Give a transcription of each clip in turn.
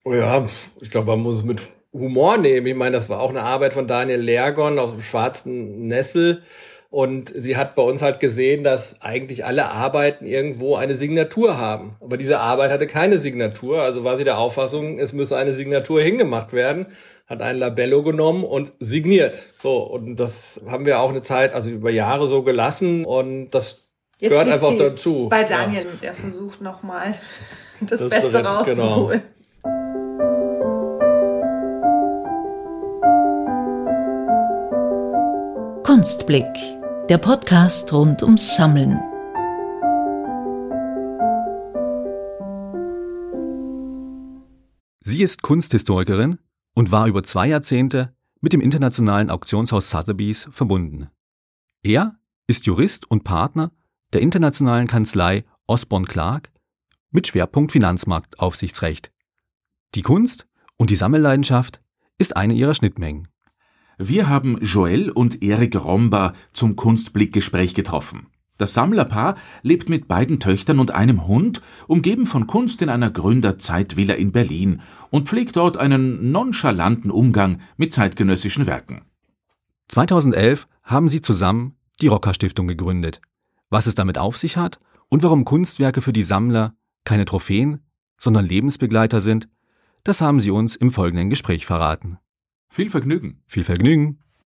Oh ja, ich glaube, man muss es mit Humor nehmen. Ich meine, das war auch eine Arbeit von Daniel Lergon aus dem Schwarzen Nessel. Und sie hat bei uns halt gesehen, dass eigentlich alle Arbeiten irgendwo eine Signatur haben. Aber diese Arbeit hatte keine Signatur. Also war sie der Auffassung, es müsse eine Signatur hingemacht werden. Hat ein Labello genommen und signiert. So, und das haben wir auch eine Zeit, also über Jahre so gelassen. Und das Jetzt gehört einfach dazu. Bei Daniel, der versucht nochmal das Beste rauszuholen. Genau. Kunstblick, der Podcast rund ums Sammeln. Sie ist Kunsthistorikerin und war über 2 Jahrzehnte mit dem internationalen Auktionshaus Sotheby's verbunden. Er ist Jurist und Partner der internationalen Kanzlei Osborne Clarke mit Schwerpunkt Finanzmarktaufsichtsrecht. Die Kunst und die Sammelleidenschaft ist eine ihrer Schnittmengen. Wir haben Joël und Erik Romba zum Kunstblick-Gespräch getroffen. Das Sammlerpaar lebt mit beiden Töchtern und einem Hund, umgeben von Kunst in einer Gründerzeitvilla in Berlin und pflegt dort einen nonchalanten Umgang mit zeitgenössischen Werken. 2011 haben sie zusammen die Rocker-Stiftung gegründet. Was es damit auf sich hat und warum Kunstwerke für die Sammler keine Trophäen, sondern Lebensbegleiter sind, das haben sie uns im folgenden Gespräch verraten. Viel Vergnügen. Viel Vergnügen.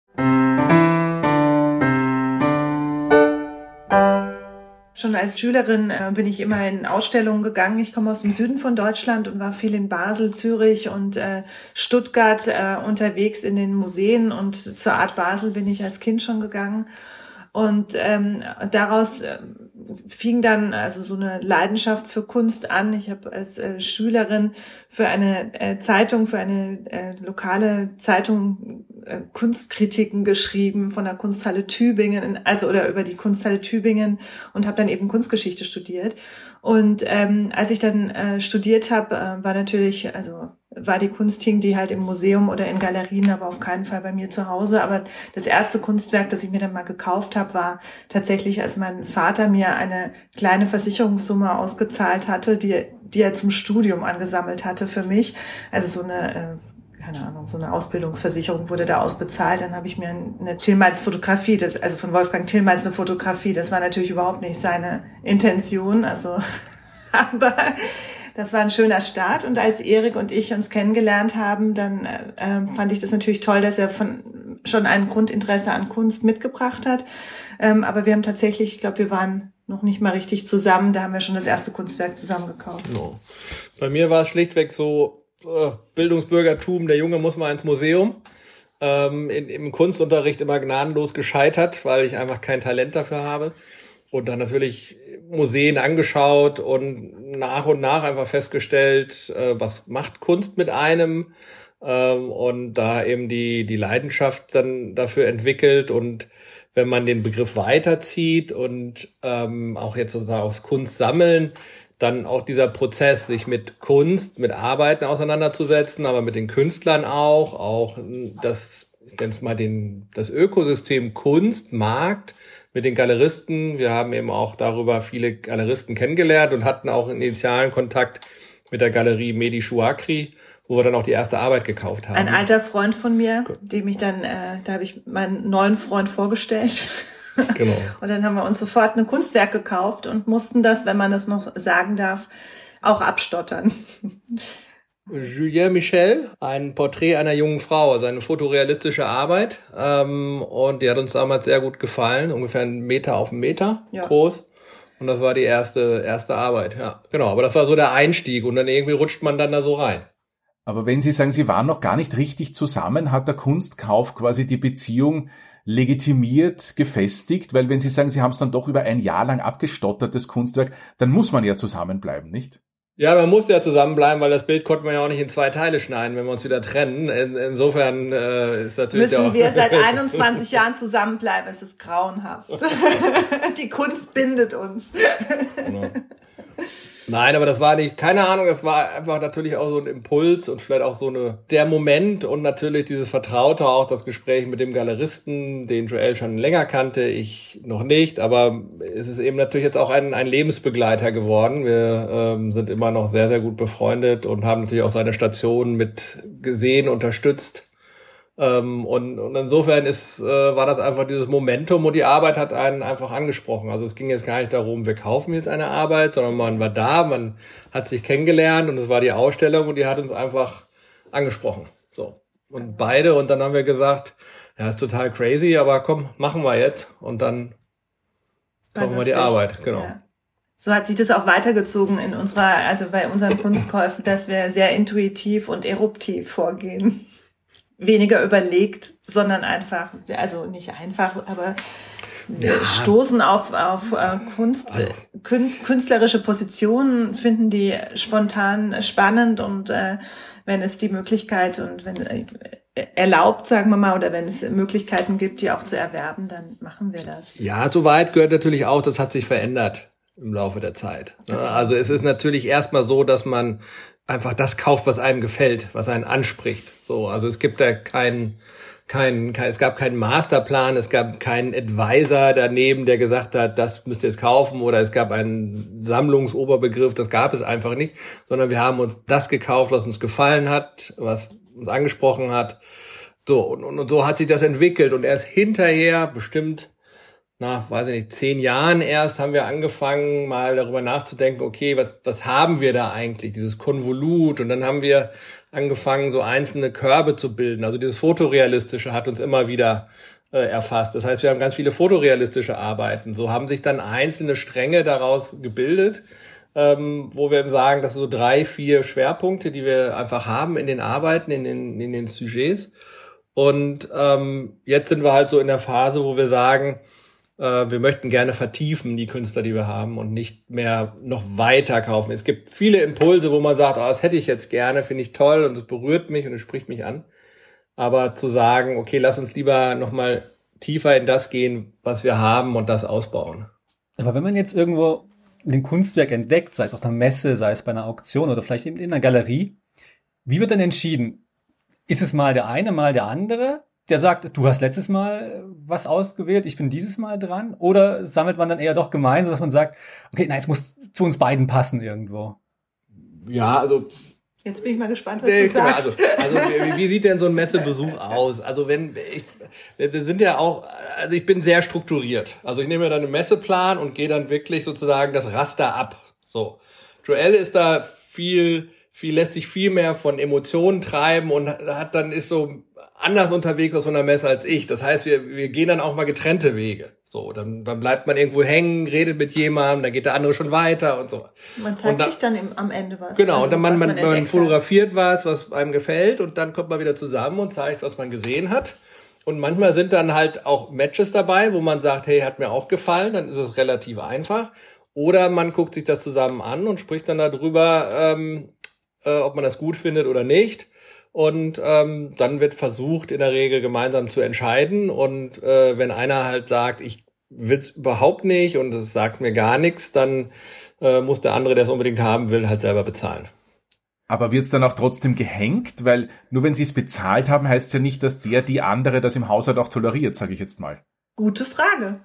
Schon als Schülerin bin ich immer in Ausstellungen gegangen. Ich komme aus dem Süden von Deutschland und war viel in Basel, Zürich und Stuttgart unterwegs in den Museen. Und zur Art Basel bin ich als Kind schon gegangen. Und daraus fing dann also so eine Leidenschaft für Kunst an. Ich habe als Schülerin für eine Zeitung, für eine lokale Zeitung Kunstkritiken geschrieben von der Kunsthalle Tübingen, also oder über die Kunsthalle Tübingen und habe dann eben Kunstgeschichte studiert. Und als ich dann studiert habe, war die Kunst hing die halt im Museum oder in Galerien, aber auf keinen Fall bei mir zu Hause. Aber das erste Kunstwerk, das ich mir dann mal gekauft habe, war tatsächlich, als mein Vater mir eine kleine Versicherungssumme ausgezahlt hatte, die er zum Studium angesammelt hatte für mich. Also so eine so eine Ausbildungsversicherung wurde da ausbezahlt. Dann habe ich mir eine Tillmans-Fotografie, also von Wolfgang Tillmans eine Fotografie. Das war natürlich überhaupt nicht seine Intention, aber das war ein schöner Start. Und als Erik und ich uns kennengelernt haben, dann fand ich das natürlich toll, dass er schon ein Grundinteresse an Kunst mitgebracht hat. Aber wir haben tatsächlich, ich glaube, wir waren noch nicht mal richtig zusammen. Da haben wir schon das erste Kunstwerk zusammen gekauft. No. Bei mir war es schlichtweg so, Bildungsbürgertum, der Junge muss mal ins Museum. Im Kunstunterricht immer gnadenlos gescheitert, weil ich einfach kein Talent dafür habe. Und dann natürlich Museen angeschaut und nach einfach festgestellt, was macht Kunst mit einem. Und da eben die Leidenschaft dann dafür entwickelt. Und wenn man den Begriff weiterzieht und auch jetzt sozusagen aufs Kunst sammeln, dann auch dieser Prozess, sich mit Kunst, mit Arbeiten auseinanderzusetzen, aber mit den Künstlern auch das, ich nenne es mal das Ökosystem Kunst, Markt, mit den Galeristen. Wir haben eben auch darüber viele Galeristen kennengelernt und hatten auch einen initialen Kontakt mit der Galerie Mehdi Chouakri, wo wir dann auch die erste Arbeit gekauft haben. Ein alter Freund von mir, dem ich dann, da habe ich meinen neuen Freund vorgestellt. Genau. Und dann haben wir uns sofort ein Kunstwerk gekauft und mussten das, wenn man das noch sagen darf, auch abstottern. Julien Michel, ein Porträt einer jungen Frau, also eine fotorealistische Arbeit. Und die hat uns damals sehr gut gefallen, ungefähr 1 Meter auf 1 Meter groß. Und das war die erste Arbeit, ja. Genau, aber das war so der Einstieg und dann irgendwie rutscht man dann da so rein. Aber wenn Sie sagen, Sie waren noch gar nicht richtig zusammen, hat der Kunstkauf quasi die Beziehung legitimiert, gefestigt? Weil wenn Sie sagen, Sie haben es dann doch über 1 Jahr lang abgestottert, das Kunstwerk, dann muss man ja zusammenbleiben, nicht? Ja, man musste ja zusammenbleiben, weil das Bild konnten wir ja auch nicht in 2 Teile schneiden, wenn wir uns wieder trennen. Insofern ist natürlich müssen wir seit 21 Jahren zusammenbleiben. Es ist grauenhaft. Die Kunst bindet uns. Genau. Nein, aber das war nicht, keine Ahnung, das war einfach natürlich auch so ein Impuls und vielleicht auch so der Moment und natürlich dieses Vertraute, auch das Gespräch mit dem Galeristen, den Joel schon länger kannte, ich noch nicht, aber es ist eben natürlich jetzt auch ein Lebensbegleiter geworden. Wir sind immer noch sehr, sehr gut befreundet und haben natürlich auch seine Station mit gesehen, unterstützt. Und insofern war das einfach dieses Momentum und die Arbeit hat einen einfach angesprochen. Also es ging jetzt gar nicht darum, wir kaufen jetzt eine Arbeit, sondern man war da, man hat sich kennengelernt und es war die Ausstellung und die hat uns einfach angesprochen. So. Und beide, und dann haben wir gesagt, ja, ist total crazy, aber komm, machen wir jetzt und dann kommen wir die Arbeit, genau. Ja. So hat sich das auch weitergezogen bei unseren Kunstkäufen, dass wir sehr intuitiv und eruptiv vorgehen. Weniger überlegt, sondern einfach, also nicht einfach, aber wir stoßen auf künstlerische Positionen, finden die spontan spannend und wenn es die Möglichkeit und wenn erlaubt, sagen wir mal, oder wenn es Möglichkeiten gibt, die auch zu erwerben, dann machen wir das. Ja, soweit gehört natürlich auch, das hat sich verändert im Laufe der Zeit. Also es ist natürlich erstmal so, dass man einfach das kauft, was einem gefällt, was einen anspricht. So, also es gibt da es gab keinen Masterplan, es gab keinen Advisor daneben, der gesagt hat, das müsst ihr jetzt kaufen, oder es gab einen Sammlungsoberbegriff, das gab es einfach nicht, sondern wir haben uns das gekauft, was uns gefallen hat, was uns angesprochen hat. So, und so hat sich das entwickelt und erst hinterher, bestimmt nach, 10 Jahren erst, haben wir angefangen, mal darüber nachzudenken, okay, was haben wir da eigentlich, dieses Konvolut, und dann haben wir angefangen, so einzelne Körbe zu bilden, also dieses Fotorealistische hat uns immer wieder erfasst, das heißt, wir haben ganz viele fotorealistische Arbeiten, so haben sich dann einzelne Stränge daraus gebildet, wo wir eben sagen, das sind so 3, 4 Schwerpunkte, die wir einfach haben in den Arbeiten, in den Sujets, und jetzt sind wir halt so in der Phase, wo wir sagen, wir möchten gerne vertiefen die Künstler, die wir haben, und nicht mehr noch weiter kaufen. Es gibt viele Impulse, wo man sagt, das hätte ich jetzt gerne, finde ich toll und es berührt mich und es spricht mich an. Aber zu sagen, okay, lass uns lieber nochmal tiefer in das gehen, was wir haben, und das ausbauen. Aber wenn man jetzt irgendwo ein Kunstwerk entdeckt, sei es auf einer Messe, sei es bei einer Auktion oder vielleicht eben in einer Galerie, wie wird dann entschieden? Ist es mal der eine, mal der andere? Der sagt, du hast letztes Mal was ausgewählt, ich bin dieses Mal dran? Oder sammelt man dann eher doch gemeinsam, dass man sagt, okay, nein, es muss zu uns beiden passen irgendwo? Ja, also... Jetzt bin ich mal gespannt, was du sagst. Also wie sieht denn so ein Messebesuch aus? Also wir sind ja auch, also ich bin sehr strukturiert. Also ich nehme mir dann einen Messeplan und gehe dann wirklich sozusagen das Raster ab. So. Joel ist da lässt sich viel mehr von Emotionen treiben und ist so anders unterwegs auf so einer Messe als ich. Das heißt, wir gehen dann auch mal getrennte Wege. So, dann bleibt man irgendwo hängen, redet mit jemandem, dann geht der andere schon weiter und so. Man zeigt sich dann am Ende was. Genau, und dann man fotografiert was einem gefällt, und dann kommt man wieder zusammen und zeigt, was man gesehen hat. Und manchmal sind dann halt auch Matches dabei, wo man sagt, hey, hat mir auch gefallen, dann ist es relativ einfach. Oder man guckt sich das zusammen an und spricht dann darüber, ob man das gut findet oder nicht. Und dann wird versucht, in der Regel gemeinsam zu entscheiden. Und wenn einer halt sagt, ich will's überhaupt nicht und es sagt mir gar nichts, dann muss der andere, der es unbedingt haben will, halt selber bezahlen. Aber wird's dann auch trotzdem gehängt? Weil nur wenn sie es bezahlt haben, heißt es ja nicht, dass die andere das im Haushalt auch toleriert, sage ich jetzt mal. Gute Frage.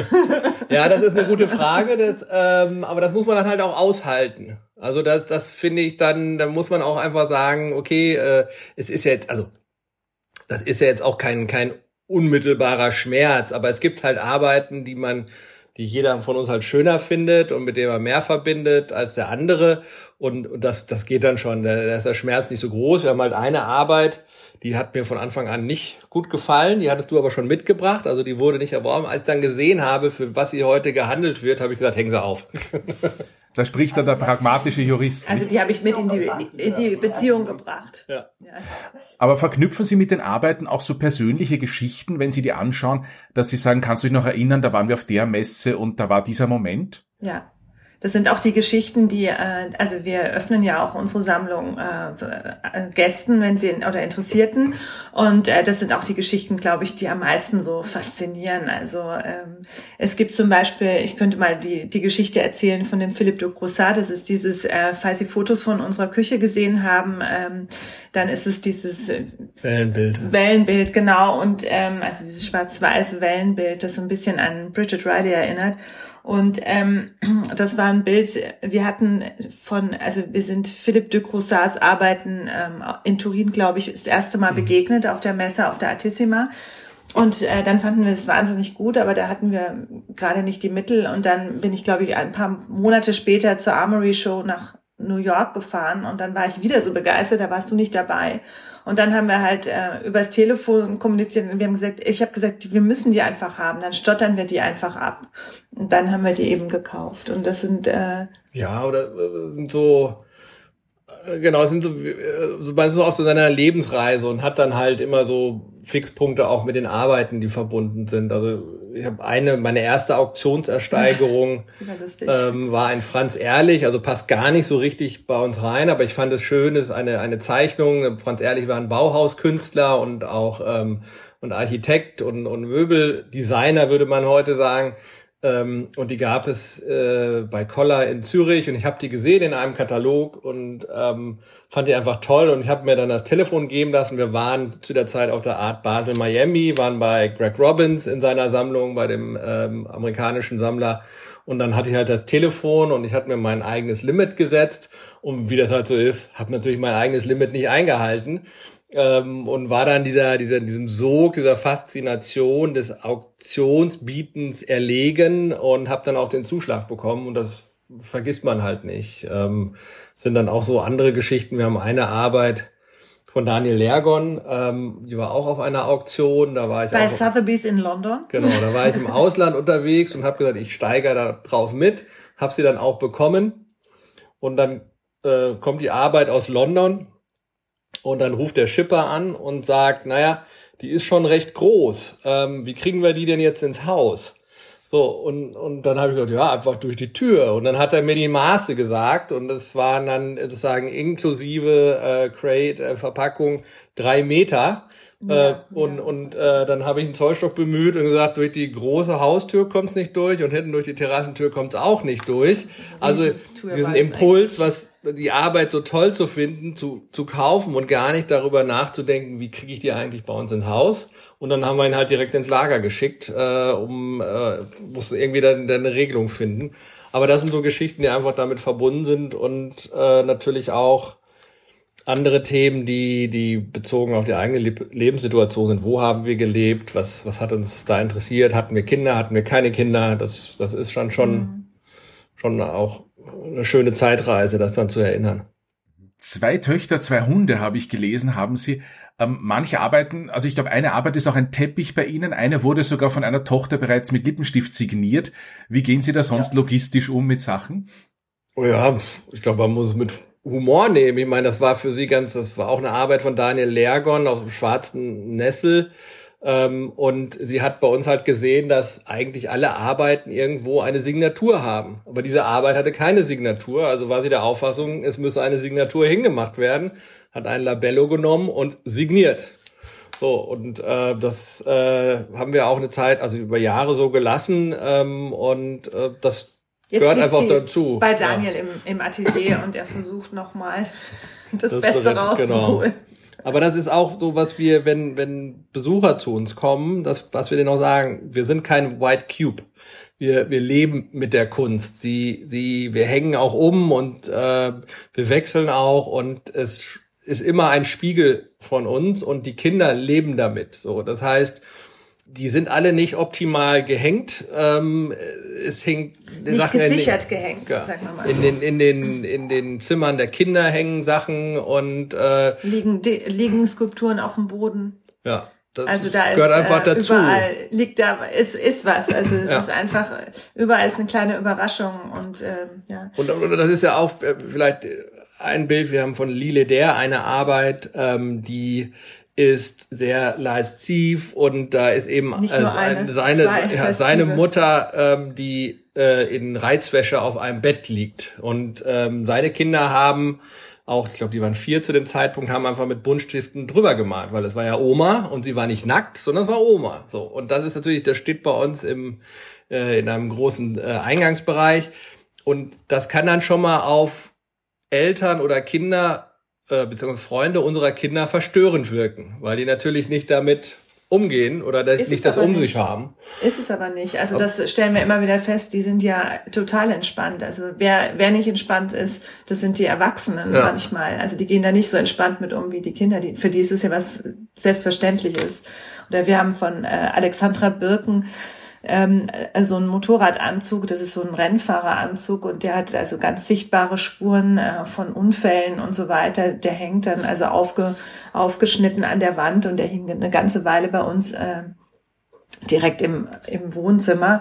Ja, das ist eine gute Frage, aber das muss man dann halt auch aushalten. Also das finde ich dann muss man auch einfach sagen, okay, es ist ja jetzt, also das ist ja jetzt auch kein unmittelbarer Schmerz, aber es gibt halt Arbeiten, die jeder von uns halt schöner findet und mit denen man mehr verbindet als der andere, und das geht dann schon, da ist der Schmerz nicht so groß. Wir haben halt eine Arbeit, die hat mir von Anfang an nicht gut gefallen, die hattest du aber schon mitgebracht, also die wurde nicht erworben. Als ich dann gesehen habe, für was sie heute gehandelt wird, habe ich gesagt, hängen sie auf. Da spricht dann der pragmatische Jurist. Also die habe ich mit in die Beziehung gebracht. Ja. Aber verknüpfen Sie mit den Arbeiten auch so persönliche Geschichten, wenn Sie die anschauen, dass Sie sagen, kannst du dich noch erinnern, da waren wir auf der Messe und da war dieser Moment? Ja. Das sind auch die Geschichten, die, also wir öffnen ja auch unsere Sammlung Gästen, wenn sie oder Interessierten. Und das sind auch die Geschichten, glaube ich, die am meisten so faszinieren. Also es gibt zum Beispiel, ich könnte mal die Geschichte erzählen von dem Philippe de Croissat. Das ist dieses, falls Sie Fotos von unserer Küche gesehen haben, dann ist es dieses Wellenbild, genau. Und also dieses schwarz-weiße Wellenbild, das so ein bisschen an Bridget Riley erinnert. Und das war ein Bild, wir sind Philippe de Croissats Arbeiten in Turin, glaube ich, das erste Mal begegnet auf der Messe, auf der Artissima. Und dann fanden wir es wahnsinnig gut, aber da hatten wir gerade nicht die Mittel. Und dann bin ich, glaube ich, ein paar Monate später zur Armory Show nach New York gefahren und dann war ich wieder so begeistert, da warst du nicht dabei. Und dann haben wir halt übers Telefon kommuniziert und ich habe gesagt, wir müssen die einfach haben, dann stottern wir die einfach ab. Und dann haben wir die eben gekauft. Und das sind sind so man ist so auf so seiner Lebensreise und hat dann halt immer so Fixpunkte auch mit den Arbeiten, die verbunden sind. Also ich habe meine erste Auktionsersteigerung war ein Franz Ehrlich, also passt gar nicht so richtig bei uns rein, aber ich fand es schön, es ist eine Zeichnung. Franz Ehrlich war ein Bauhauskünstler und auch und Architekt und Möbeldesigner, würde man heute sagen. Und die gab es bei Koller in Zürich und ich habe die gesehen in einem Katalog und fand die einfach toll und ich habe mir dann das Telefon geben lassen. Wir waren zu der Zeit auf der Art Basel Miami, waren bei Greg Robbins in seiner Sammlung, bei dem amerikanischen Sammler und dann hatte ich halt das Telefon und ich hatte mir mein eigenes Limit gesetzt und wie das halt so ist, habe natürlich mein eigenes Limit nicht eingehalten. Und war dann diesem Sog, dieser Faszination des Auktionsbietens erlegen und habe dann auch den Zuschlag bekommen und das vergisst man halt nicht. Sind dann auch so andere Geschichten. Wir haben eine Arbeit von Daniel Lergon, die war auch auf einer Auktion. Da war ich bei Sotheby's in London. Genau, da war ich im Ausland unterwegs und habe gesagt, ich steigere da drauf mit, habe sie dann auch bekommen und dann kommt die Arbeit aus London. Und dann ruft der Shipper an und sagt, naja, die ist schon recht groß. Wie kriegen wir die denn jetzt ins Haus? So, und dann habe ich gesagt, ja, einfach durch die Tür. Und dann hat er mir die Maße gesagt und das waren dann sozusagen inklusive Crate, Verpackung 3 Meter. Dann habe ich einen Zollstock bemüht und gesagt, durch die große Haustür kommt's nicht durch und hinten durch die Terrassentür kommt's auch nicht durch. Also diesen Impuls, was die Arbeit so toll zu finden, zu kaufen und gar nicht darüber nachzudenken, wie kriege ich die eigentlich bei uns ins Haus. Und dann haben wir ihn halt direkt ins Lager geschickt, musste irgendwie dann eine Regelung finden. Aber das sind so Geschichten, die einfach damit verbunden sind und natürlich auch andere Themen, die bezogen auf die eigene Lebenssituation sind. Wo haben wir gelebt? Was hat uns da interessiert? Hatten wir Kinder? Hatten wir keine Kinder? Das ist schon auch eine schöne Zeitreise, das dann zu erinnern. 2 Töchter, 2 Hunde habe ich gelesen, haben Sie. Manche arbeiten, also ich glaube, eine Arbeit ist auch ein Teppich bei Ihnen. Eine wurde sogar von einer Tochter bereits mit Lippenstift signiert. Wie gehen Sie da sonst logistisch um mit Sachen? Oh ja, ich glaube, man muss es mit Humor nehmen. Ich meine, das war für sie das war auch eine Arbeit von Daniel Lergon aus dem Schwarzen Nessel. Und sie hat bei uns halt gesehen, dass eigentlich alle Arbeiten irgendwo eine Signatur haben. Aber diese Arbeit hatte keine Signatur. Also war sie der Auffassung, es müsse eine Signatur hingemacht werden. Hat ein Labello genommen und signiert. So, und das haben wir auch eine Zeit, also über Jahre so gelassen. Das Jetzt gehört einfach dazu. Bei Daniel im Atelier und er versucht nochmal das Beste rauszuholen. Genau. Aber das ist auch so, was wir, wenn Besucher zu uns kommen, was wir denen auch sagen, wir sind kein White Cube. Wir leben mit der Kunst. Wir hängen auch um und wir wechseln auch und es ist immer ein Spiegel von uns und die Kinder leben damit. So, das heißt, die sind alle nicht optimal gehängt. Es hängt nicht gesichert gehängt, sagen wir mal so. In den Zimmern der Kinder hängen Sachen und liegen Skulpturen auf dem Boden. Ja, das also da gehört ist, einfach dazu. Überall liegt da, ist was. Also es ist einfach, überall ist eine kleine Überraschung und ja. Und das ist ja auch vielleicht ein Bild. Wir haben von Lille der eine Arbeit, die ist sehr lasziv und da ist eben seine Mutter, die in Reizwäsche auf einem Bett liegt. Und seine Kinder haben auch, ich glaube, die waren 4 zu dem Zeitpunkt, haben einfach mit Buntstiften drüber gemalt, weil es war ja Oma und sie war nicht nackt, sondern es war Oma. So, und das ist natürlich, das steht bei uns in einem großen Eingangsbereich und das kann dann schon mal auf Eltern oder Kinder beziehungsweise Freunde unserer Kinder verstörend wirken, weil die natürlich nicht damit umgehen oder nicht das um sich haben. Ist es aber nicht. Also das stellen wir immer wieder fest, die sind ja total entspannt. Also wer nicht entspannt ist, das sind die Erwachsenen manchmal. Also die gehen da nicht so entspannt mit um wie die Kinder. Für die ist es ja was Selbstverständliches. Oder wir haben von Alexandra Birken so einen Motorradanzug, das ist so ein Rennfahreranzug und der hat also ganz sichtbare Spuren von Unfällen und so weiter. Der hängt dann also aufgeschnitten an der Wand und der hing eine ganze Weile bei uns direkt im Wohnzimmer.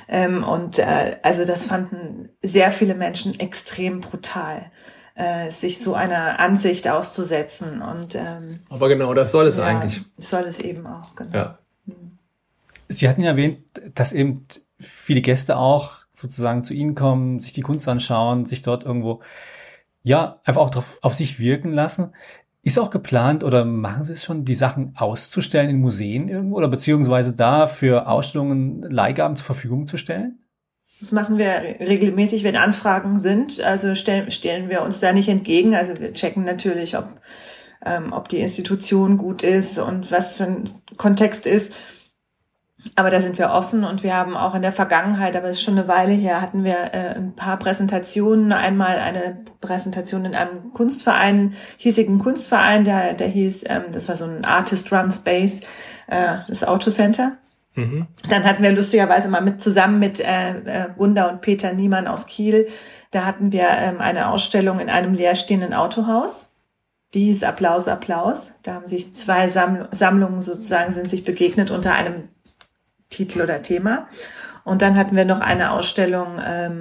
Also das fanden sehr viele Menschen extrem brutal, sich so einer Ansicht auszusetzen. Aber genau, das soll es eigentlich. Soll es eben auch, genau. Ja. Sie hatten ja erwähnt, dass eben viele Gäste auch sozusagen zu Ihnen kommen, sich die Kunst anschauen, sich dort irgendwo, einfach auch auf sich wirken lassen. Ist auch geplant oder machen Sie es schon, die Sachen auszustellen in Museen irgendwo oder beziehungsweise da für Ausstellungen Leihgaben zur Verfügung zu stellen? Das machen wir regelmäßig, wenn Anfragen sind. Also stellen wir uns da nicht entgegen. Also wir checken natürlich, ob die Institution gut ist und was für ein Kontext ist. Aber da sind wir offen und wir haben auch in der Vergangenheit, aber es ist schon eine Weile her, hatten wir ein paar Präsentationen. Einmal eine Präsentation in einem hiesigen Kunstverein, der hieß, das war so ein Artist-Run Space, das Autocenter. Mhm. Dann hatten wir lustigerweise mal zusammen mit Gunda und Peter Niemann aus Kiel, da hatten wir eine Ausstellung in einem leerstehenden Autohaus. Die hieß Applaus, Applaus. Da haben sich 2 Sammlungen sozusagen sind sich begegnet unter einem Titel oder Thema. Und dann hatten wir noch eine Ausstellung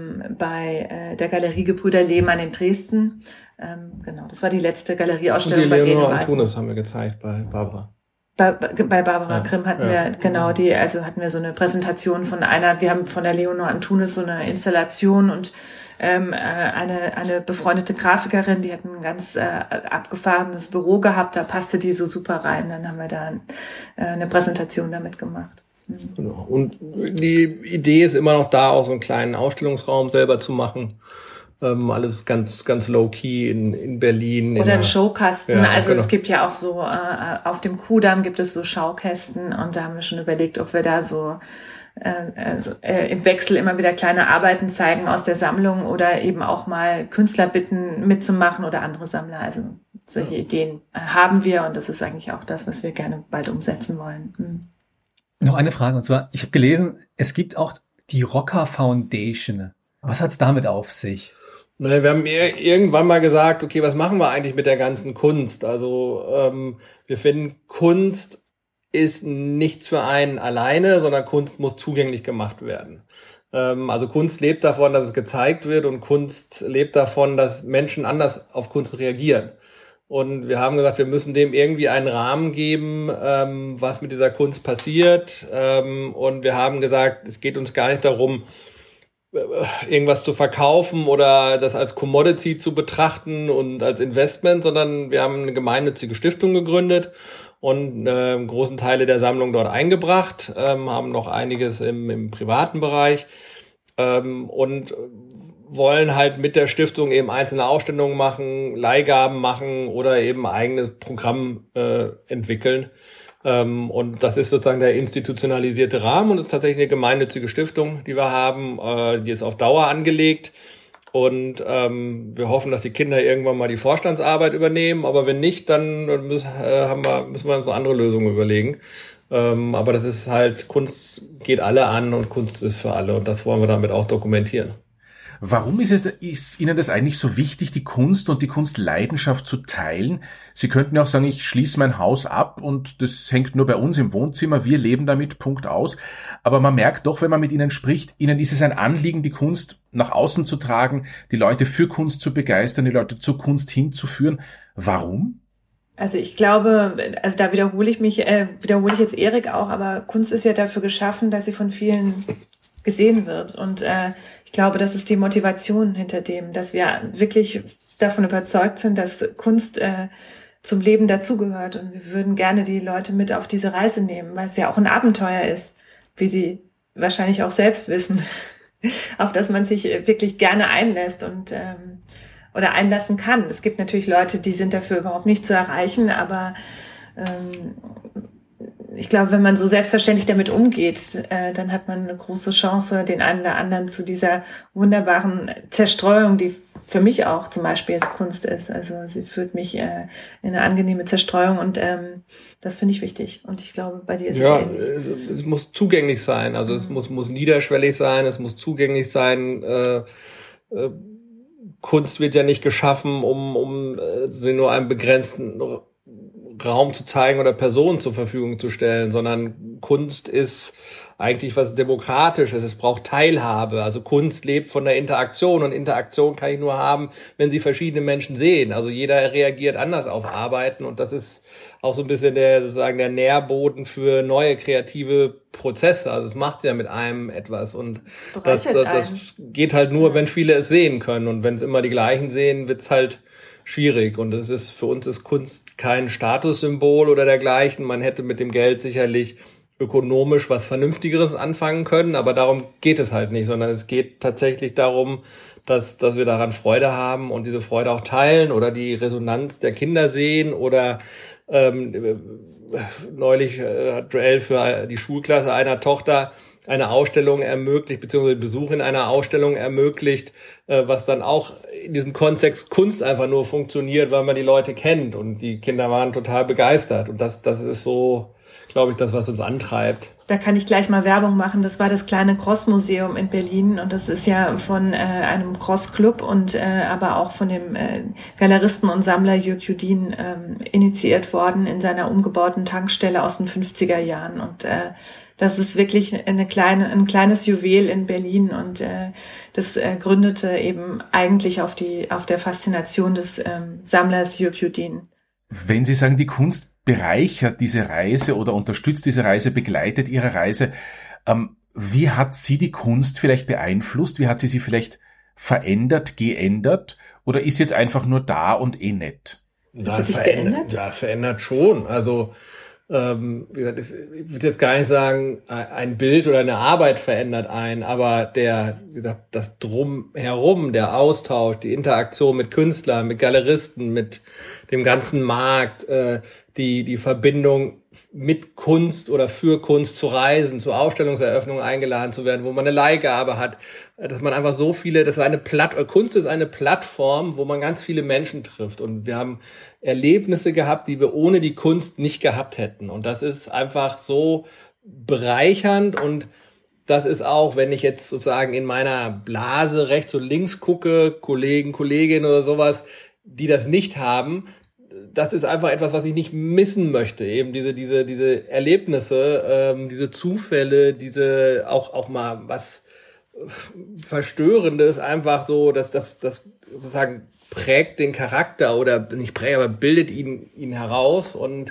bei der Galerie Gebrüder Lehmann in Dresden. Genau, das war die letzte Galerieausstellung bei denen. Leonor Antunes haben wir gezeigt bei Barbara. Bei Barbara Grimm hatten wir, genau, hatten wir so eine Präsentation wir haben von der Leonor Antunes so eine Installation und eine befreundete Grafikerin, die hat ein ganz abgefahrenes Büro gehabt, da passte die so super rein. Dann haben wir da eine Präsentation damit gemacht. Genau. Und die Idee ist immer noch da, auch so einen kleinen Ausstellungsraum selber zu machen. Alles ganz, ganz low-key in Berlin. Oder einen Showkasten. Ja, also genau. Es gibt ja auch so, auf dem Kudamm gibt es so Schaukästen und da haben wir schon überlegt, ob wir da so im Wechsel immer wieder kleine Arbeiten zeigen aus der Sammlung oder eben auch mal Künstler bitten mitzumachen oder andere Sammler. Also solche Ideen haben wir und das ist eigentlich auch das, was wir gerne bald umsetzen wollen. Noch eine Frage, und zwar, ich habe gelesen, es gibt auch die Rocker Foundation. Was hat's damit auf sich? Naja, wir haben irgendwann mal gesagt, okay, was machen wir eigentlich mit der ganzen Kunst? Also wir finden, Kunst ist nichts für einen alleine, sondern Kunst muss zugänglich gemacht werden. Also Kunst lebt davon, dass es gezeigt wird und Kunst lebt davon, dass Menschen anders auf Kunst reagieren. Und wir haben gesagt, wir müssen dem irgendwie einen Rahmen geben, was mit dieser Kunst passiert. Und wir haben gesagt, es geht uns gar nicht darum, irgendwas zu verkaufen oder das als Commodity zu betrachten und als Investment, sondern wir haben eine gemeinnützige Stiftung gegründet und großen Teile der Sammlung dort eingebracht, haben noch einiges im privaten Bereich und wollen halt mit der Stiftung eben einzelne Ausstellungen machen, Leihgaben machen oder eben eigenes Programm entwickeln. Und das ist sozusagen der institutionalisierte Rahmen und ist tatsächlich eine gemeinnützige Stiftung, die wir haben, die ist auf Dauer angelegt. Und wir hoffen, dass die Kinder irgendwann mal die Vorstandsarbeit übernehmen. Aber wenn nicht, dann müssen wir uns eine andere Lösung überlegen. Aber das ist halt, Kunst geht alle an und Kunst ist für alle. Und das wollen wir damit auch dokumentieren. Warum ist Ihnen das eigentlich so wichtig, die Kunst und die Kunstleidenschaft zu teilen? Sie könnten ja auch sagen, ich schließe mein Haus ab und das hängt nur bei uns im Wohnzimmer, wir leben damit, Punkt aus. Aber man merkt doch, wenn man mit Ihnen spricht, Ihnen ist es ein Anliegen, die Kunst nach außen zu tragen, die Leute für Kunst zu begeistern, die Leute zur Kunst hinzuführen. Warum? Also ich glaube, also da wiederhole ich jetzt Erik auch, aber Kunst ist ja dafür geschaffen, dass sie von vielen gesehen wird. Und ich glaube, das ist die Motivation hinter dem, dass wir wirklich davon überzeugt sind, dass Kunst zum Leben dazugehört. Und wir würden gerne die Leute mit auf diese Reise nehmen, weil es ja auch ein Abenteuer ist, wie sie wahrscheinlich auch selbst wissen, auf das man sich wirklich gerne einlässt und oder einlassen kann. Es gibt natürlich Leute, die sind dafür überhaupt nicht zu erreichen, aber ich glaube, wenn man so selbstverständlich damit umgeht, dann hat man eine große Chance, den einen oder anderen zu dieser wunderbaren Zerstreuung, die für mich auch zum Beispiel jetzt Kunst ist. Also sie führt mich in eine angenehme Zerstreuung und das finde ich wichtig. Und ich glaube, bei dir ist es ähnlich. Es muss zugänglich sein. Also es muss niederschwellig sein, es muss zugänglich sein. Kunst wird ja nicht geschaffen, um nur einen begrenzten Raum zu zeigen oder Personen zur Verfügung zu stellen, sondern Kunst ist eigentlich was Demokratisches. Es braucht Teilhabe. Also Kunst lebt von der Interaktion und Interaktion kann ich nur haben, wenn sie verschiedene Menschen sehen. Also jeder reagiert anders auf Arbeiten und das ist auch so ein bisschen der Nährboden für neue kreative Prozesse. Also es macht ja mit einem etwas und das geht halt nur, wenn viele es sehen können und wenn es immer die gleichen sehen, wird's halt schwierig und für uns ist Kunst kein Statussymbol oder dergleichen. Man hätte mit dem Geld sicherlich ökonomisch was Vernünftigeres anfangen können, aber darum geht es halt nicht, sondern es geht tatsächlich darum, dass wir daran Freude haben und diese Freude auch teilen oder die Resonanz der Kinder sehen oder neulich hat Joel für die Schulklasse einer Tochter eine Ausstellung ermöglicht, beziehungsweise Besuch in einer Ausstellung ermöglicht, was dann auch in diesem Kontext Kunst einfach nur funktioniert, weil man die Leute kennt und die Kinder waren total begeistert und das ist so, glaube ich, das, was uns antreibt. Da kann ich gleich mal Werbung machen. Das war das kleine Cross-Museum in Berlin und das ist ja von einem Cross-Club und aber auch von dem Galeristen und Sammler Jürg Judin initiiert worden in seiner umgebauten Tankstelle aus den 50er Jahren und das ist wirklich ein kleines Juwel in Berlin und das gründete eben eigentlich auf der Faszination des Sammlers Jürg Judin. Wenn Sie sagen, die Kunst bereichert diese Reise oder unterstützt diese Reise, begleitet Ihre Reise, wie hat Sie die Kunst vielleicht beeinflusst? Wie hat sie vielleicht verändert, geändert? Oder ist jetzt einfach nur da und nett? Das verändert schon. Also wie gesagt, ich würde jetzt gar nicht sagen, ein Bild oder eine Arbeit verändert einen, aber das Drumherum, der Austausch, die Interaktion mit Künstlern, mit Galeristen, mit dem ganzen Markt, die Verbindung mit Kunst oder für Kunst zu reisen, zu Ausstellungseröffnungen eingeladen zu werden, wo man eine Leihgabe hat, dass man einfach so viele, Kunst ist eine Plattform, wo man ganz viele Menschen trifft und wir haben Erlebnisse gehabt, die wir ohne die Kunst nicht gehabt hätten und das ist einfach so bereichernd und das ist auch, wenn ich jetzt sozusagen in meiner Blase rechts und links gucke, Kollegen, Kolleginnen oder sowas, die das nicht haben, das ist einfach etwas, was ich nicht missen möchte. Eben diese Erlebnisse, diese Zufälle, diese auch mal was Verstörendes, einfach so, dass das sozusagen prägt den Charakter oder nicht prägt, aber bildet ihn heraus und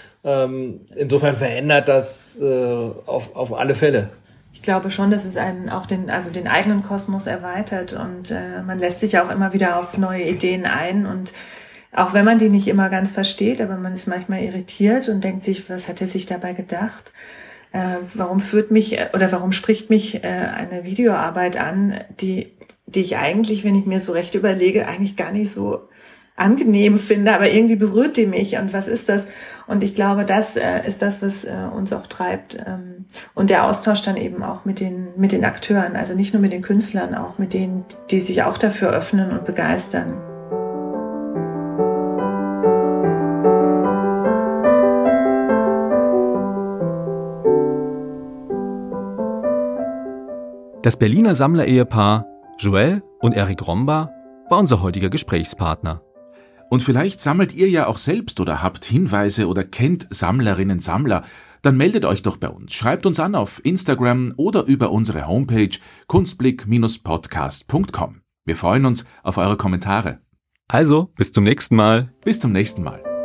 insofern verändert das auf alle Fälle. Ich glaube schon, dass es einen auch den eigenen Kosmos erweitert und man lässt sich auch immer wieder auf neue Ideen ein und auch wenn man die nicht immer ganz versteht, aber man ist manchmal irritiert und denkt sich, was hat er sich dabei gedacht? Warum spricht mich eine Videoarbeit an, die ich eigentlich, wenn ich mir so recht überlege, eigentlich gar nicht so angenehm finde, aber irgendwie berührt die mich und was ist das? Und ich glaube, das ist das, was uns auch treibt. Und der Austausch dann eben auch mit den Akteuren, also nicht nur mit den Künstlern, auch mit denen, die sich auch dafür öffnen und begeistern. Das Berliner Sammler-Ehepaar Joel und Erik Romba war unser heutiger Gesprächspartner. Und vielleicht sammelt ihr ja auch selbst oder habt Hinweise oder kennt Sammlerinnen, Sammler, dann meldet euch doch bei uns. Schreibt uns an auf Instagram oder über unsere Homepage kunstblick-podcast.com. Wir freuen uns auf eure Kommentare. Also, bis zum nächsten Mal. Bis zum nächsten Mal.